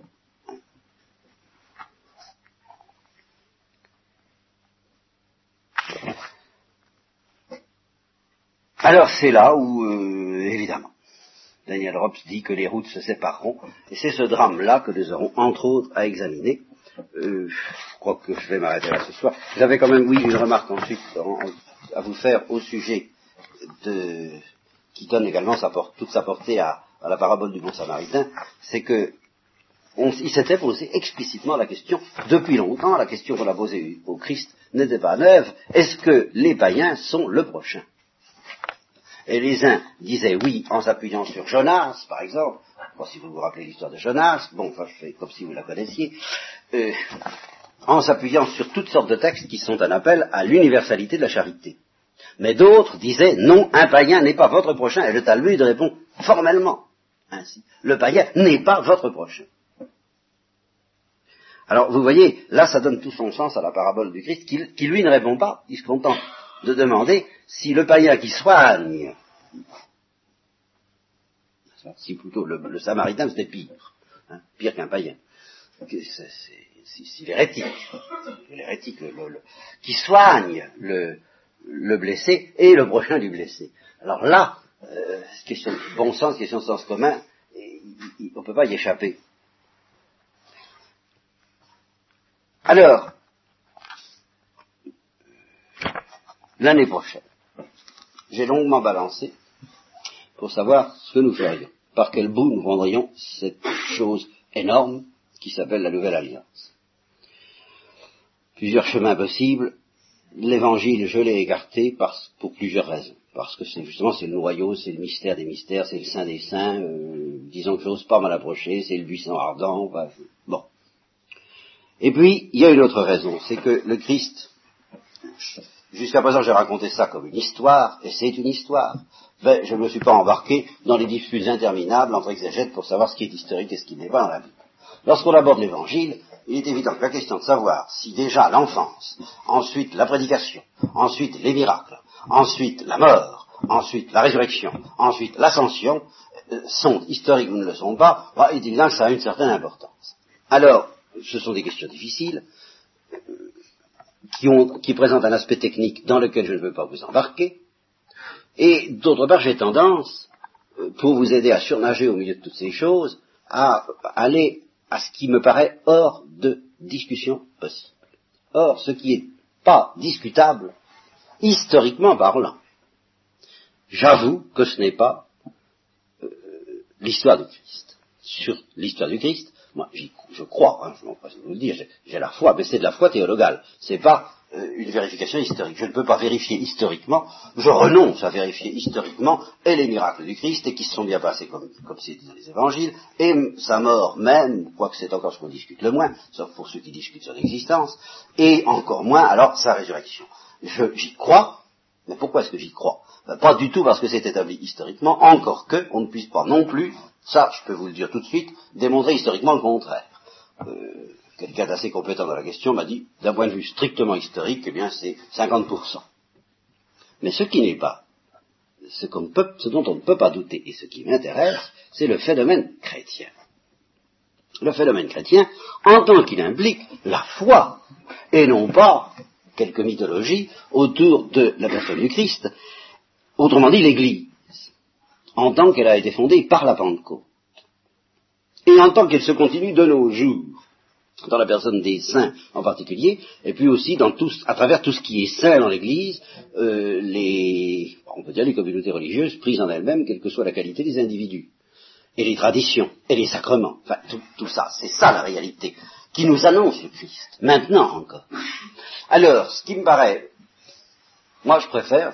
Alors c'est là où, évidemment, Daniel Robs dit que les routes se sépareront, et c'est ce drame-là que nous aurons entre autres à examiner. Je crois que je vais m'arrêter là ce soir. J'avais quand même, une remarque ensuite à vous faire au sujet qui donne également toute sa portée à la parabole du bon samaritain, c'est que il s'était posé explicitement la question, depuis longtemps, la question qu'on a posée au Christ n'était pas neuve, est-ce que les païens sont le prochain? Et les uns disaient oui en s'appuyant sur Jonas, par exemple. Bon, si vous vous rappelez l'histoire de Jonas, je fais comme si vous la connaissiez, en s'appuyant sur toutes sortes de textes qui sont un appel à l'universalité de la charité. Mais d'autres disaient non, un païen n'est pas votre prochain, et le Talmud répond formellement ainsi. Le païen n'est pas votre prochain. Alors, vous voyez, là, ça donne tout son sens à la parabole du Christ, qui lui ne répond pas, il se contente de demander si le païen qui soigne, si plutôt le samaritain c'était pire, pire qu'un païen, c'est l'hérétique, qui soigne le blessé et le prochain du blessé. Alors là, question de bon sens, question de sens commun, on ne peut pas y échapper. Alors, l'année prochaine, j'ai longuement balancé pour savoir ce que nous ferions, par quel bout nous prendrions cette chose énorme qui s'appelle la Nouvelle Alliance. Plusieurs chemins possibles. L'Évangile, je l'ai écarté pour plusieurs raisons. Parce que c'est le noyau, c'est le mystère des mystères, c'est le saint des saints, disons que j'ose pas m'en approcher, c'est le buisson ardent, enfin, bon. Et puis, il y a une autre raison, c'est que le Christ, jusqu'à présent j'ai raconté ça comme une histoire, et c'est une histoire. Mais je ne me suis pas embarqué dans les disputes interminables entre exégètes pour savoir ce qui est historique et ce qui n'est pas dans la Bible. Lorsqu'on aborde l'Évangile, il est évident que la question de savoir si déjà l'enfance, ensuite la prédication, ensuite les miracles, ensuite la mort, ensuite la résurrection, ensuite l'ascension, sont historiques ou ne le sont pas, il est évident que ça a une certaine importance. Alors, ce sont des questions difficiles, qui présentent un aspect technique dans lequel je ne veux pas vous embarquer, et d'autre part, j'ai tendance, pour vous aider à surnager au milieu de toutes ces choses, à aller à ce qui me paraît hors de discussion possible. Or, ce qui n'est pas discutable, historiquement parlant, j'avoue que ce n'est pas l'histoire du Christ. Sur l'histoire du Christ, moi, je crois, je m'empresse de vous le dire, j'ai la foi, mais c'est de la foi théologale, c'est pas une vérification historique. Je ne peux pas vérifier historiquement, je renonce à vérifier historiquement et les miracles du Christ, et qui se sont bien passés comme c'est dit dans les évangiles, et sa mort même, quoique c'est encore ce qu'on discute le moins, sauf pour ceux qui discutent son existence, et encore moins alors sa résurrection. J'y crois, mais pourquoi est-ce que j'y crois? Pas du tout parce que c'est établi historiquement, encore que on ne puisse pas non plus, ça je peux vous le dire tout de suite, démontrer historiquement le contraire. Quelqu'un d'assez compétent dans la question m'a dit, d'un point de vue strictement historique, eh bien c'est 50%. Mais ce qui n'est pas, ce dont on ne peut pas douter, et ce qui m'intéresse, c'est le phénomène chrétien. Le phénomène chrétien, en tant qu'il implique la foi, et non pas quelques mythologies autour de la personne du Christ, autrement dit l'Église, en tant qu'elle a été fondée par la Pentecôte, et en tant qu'elle se continue de nos jours, dans la personne des saints en particulier, et puis aussi à travers tout ce qui est saint dans l'Église, on peut dire les communautés religieuses prises en elles-mêmes, quelle que soit la qualité des individus, et les traditions, et les sacrements, enfin tout ça, c'est ça la réalité, qui nous annonce le Christ, maintenant encore. Alors, ce qui me paraît, moi je préfère,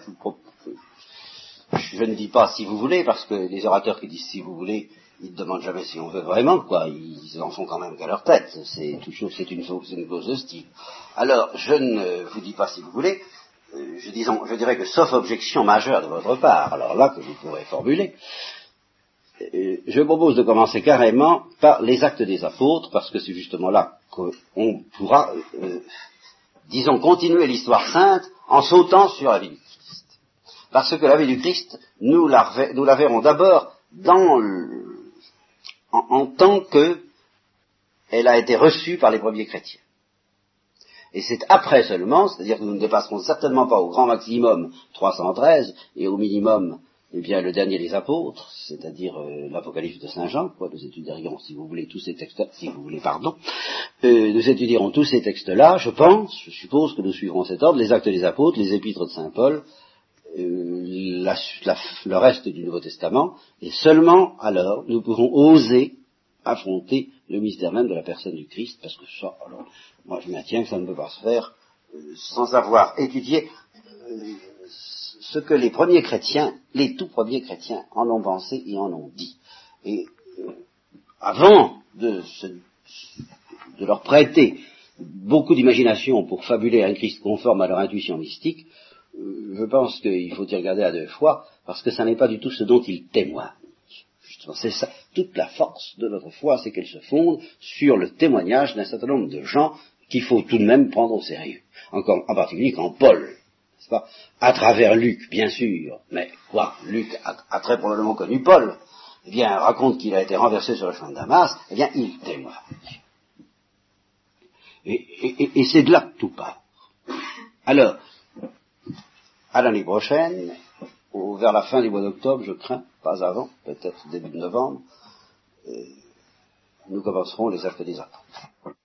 je ne dis pas si vous voulez, parce que les orateurs qui disent si vous voulez, ils ne demandent jamais si on veut vraiment, quoi. Ils en font quand même qu'à leur tête. C'est une fausse hostile. Alors, je ne vous dis pas si vous voulez. Je dirais que sauf objection majeure de votre part, alors là que vous pourrez formuler, je propose de commencer carrément par les actes des apôtres, parce que c'est justement là qu'on pourra, disons, continuer l'histoire sainte en sautant sur la vie du Christ. Parce que la vie du Christ, nous la verrons d'abord en tant qu'elle a été reçue par les premiers chrétiens. Et c'est après seulement, c'est-à-dire que nous ne dépasserons certainement pas au grand maximum 313, et au minimum, eh bien, le dernier des apôtres, c'est-à-dire l'Apocalypse de Saint Jean, quoi. Nous étudierons, si vous voulez, tous ces textes-là, nous étudierons tous ces textes-là, je suppose que nous suivrons cet ordre, les actes des apôtres, les épîtres de Saint Paul, le reste du Nouveau Testament, et seulement alors nous pourrons oser affronter le mystère même de la personne du Christ, parce que ça, alors, moi je maintiens que ça ne peut pas se faire sans avoir étudié ce que les premiers chrétiens, les tout premiers chrétiens, en ont pensé et en ont dit. Et avant de leur prêter beaucoup d'imagination pour fabuler un Christ conforme à leur intuition mystique, je pense qu'il faut y regarder à deux fois, parce que ça n'est pas du tout ce dont ils témoignent. Justement, c'est ça, toute la force de notre foi, c'est qu'elle se fonde sur le témoignage d'un certain nombre de gens qu'il faut tout de même prendre au sérieux. Encore, en particulier quand Paul, n'est-ce pas, à travers Luc, bien sûr, mais quoi, Luc a très probablement connu Paul, eh bien, raconte qu'il a été renversé sur le chemin de Damas, eh bien, il témoigne. Et c'est de là que tout part. Alors, à l'année prochaine, vers la fin du mois d'octobre, je crains, pas avant, peut-être début de novembre, nous commencerons les actes des apôtres.